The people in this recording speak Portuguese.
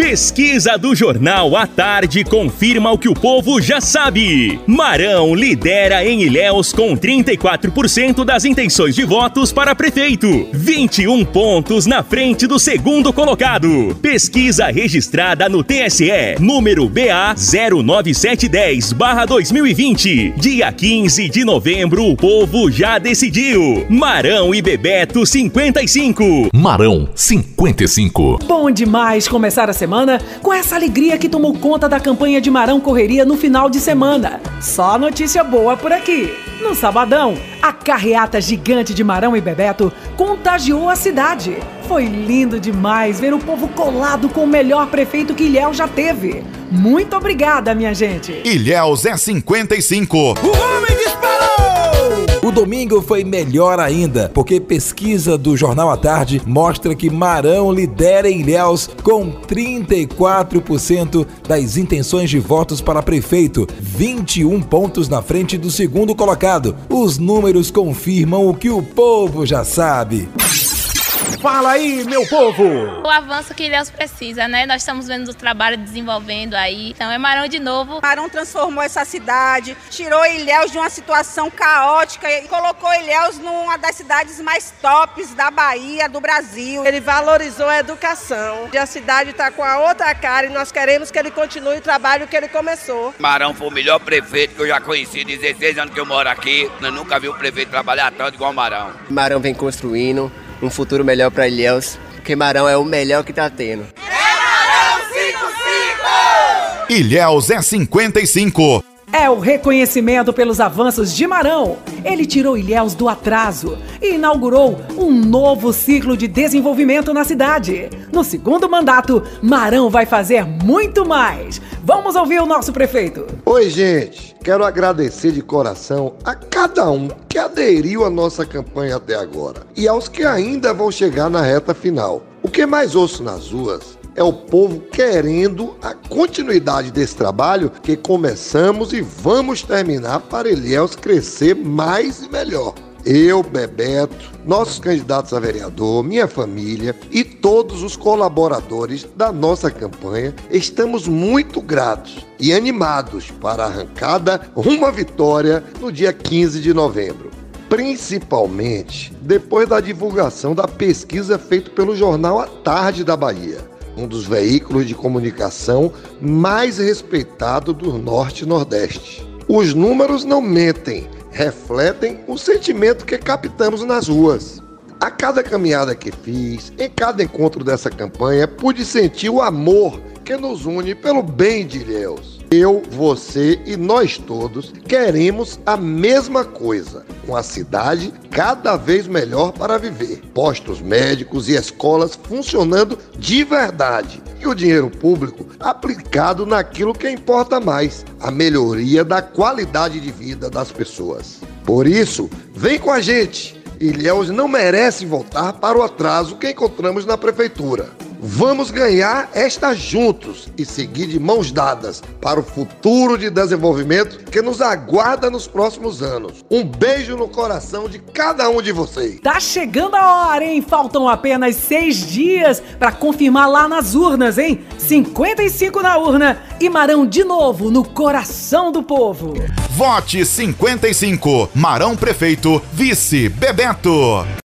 Pesquisa do Jornal à Tarde confirma o que o povo já sabe. Marão lidera em Ilhéus com 34% das intenções de votos para prefeito. 21 pontos na frente do segundo colocado. Pesquisa registrada no TSE, número BA 09710/2020. Dia 15 de novembro, o povo já decidiu. Marão e Bebeto 55. Marão 55. Bom demais começar a semana com essa alegria que tomou conta da campanha de Marão Correria no final de semana. Só notícia boa por aqui. No sabadão, a carreata gigante de Marão e Bebeto contagiou a cidade. Foi lindo demais ver o povo colado com o melhor prefeito que Ilhéus já teve. Muito obrigada, minha gente. Ilhéus é 55. O homem disparou! O domingo foi melhor ainda, porque pesquisa do Jornal à Tarde mostra que Marão lidera em Ilhéus com 34% das intenções de votos para prefeito, 21 pontos na frente do segundo colocado. Os números confirmam o que o povo já sabe. Fala aí, meu povo! O avanço que Ilhéus precisa, né? Nós estamos vendo o trabalho desenvolvendo aí. Então é Marão de novo. Marão transformou essa cidade, tirou Ilhéus de uma situação caótica e colocou Ilhéus numa das cidades mais tops da Bahia, do Brasil. Ele valorizou a educação. A cidade está com a outra cara e nós queremos que ele continue o trabalho que ele começou. Marão foi o melhor prefeito que eu já conheci, 16 anos que eu moro aqui. Eu nunca vi um prefeito trabalhar tanto igual o Marão. Marão vem construindo um futuro melhor para Ilhéus, porque Marão é o melhor que tá tendo. É Marão 55! Ilhéus é 55. É o reconhecimento pelos avanços de Marão. Ele tirou Ilhéus do atraso e inaugurou um novo ciclo de desenvolvimento na cidade. No segundo mandato, Marão vai fazer muito mais. Vamos ouvir o nosso prefeito. Oi, gente. Quero agradecer de coração a cada um que aderiu à nossa campanha até agora e aos que ainda vão chegar na reta final. O que mais ouço nas ruas é o povo querendo a continuidade desse trabalho que começamos e vamos terminar para Ilhéus crescer mais e melhor. Eu, Bebeto, nossos candidatos a vereador, minha família e todos os colaboradores da nossa campanha estamos muito gratos e animados para a arrancada rumo à vitória no dia 15 de novembro. Principalmente depois da divulgação da pesquisa feita pelo Jornal à Tarde da Bahia, um dos veículos de comunicação mais respeitado do Norte e Nordeste. Os números não mentem, refletem o sentimento que captamos nas ruas. A cada caminhada que fiz, em cada encontro dessa campanha, pude sentir o amor que nos une pelo bem de Ilhéus. Eu, você e nós todos queremos a mesma coisa, uma cidade cada vez melhor para viver, postos médicos e escolas funcionando de verdade e o dinheiro público aplicado naquilo que importa mais, a melhoria da qualidade de vida das pessoas. Por isso, vem com a gente! Ilhéus não merece voltar para o atraso que encontramos na prefeitura. Vamos ganhar esta juntos e seguir de mãos dadas para o futuro de desenvolvimento que nos aguarda nos próximos anos. Um beijo no coração de cada um de vocês. Tá chegando a hora, hein? Faltam apenas 6 dias para confirmar lá nas urnas, hein? 55 na urna e Marão de novo no coração do povo. Vote 55. Marão prefeito, vice Bebeto.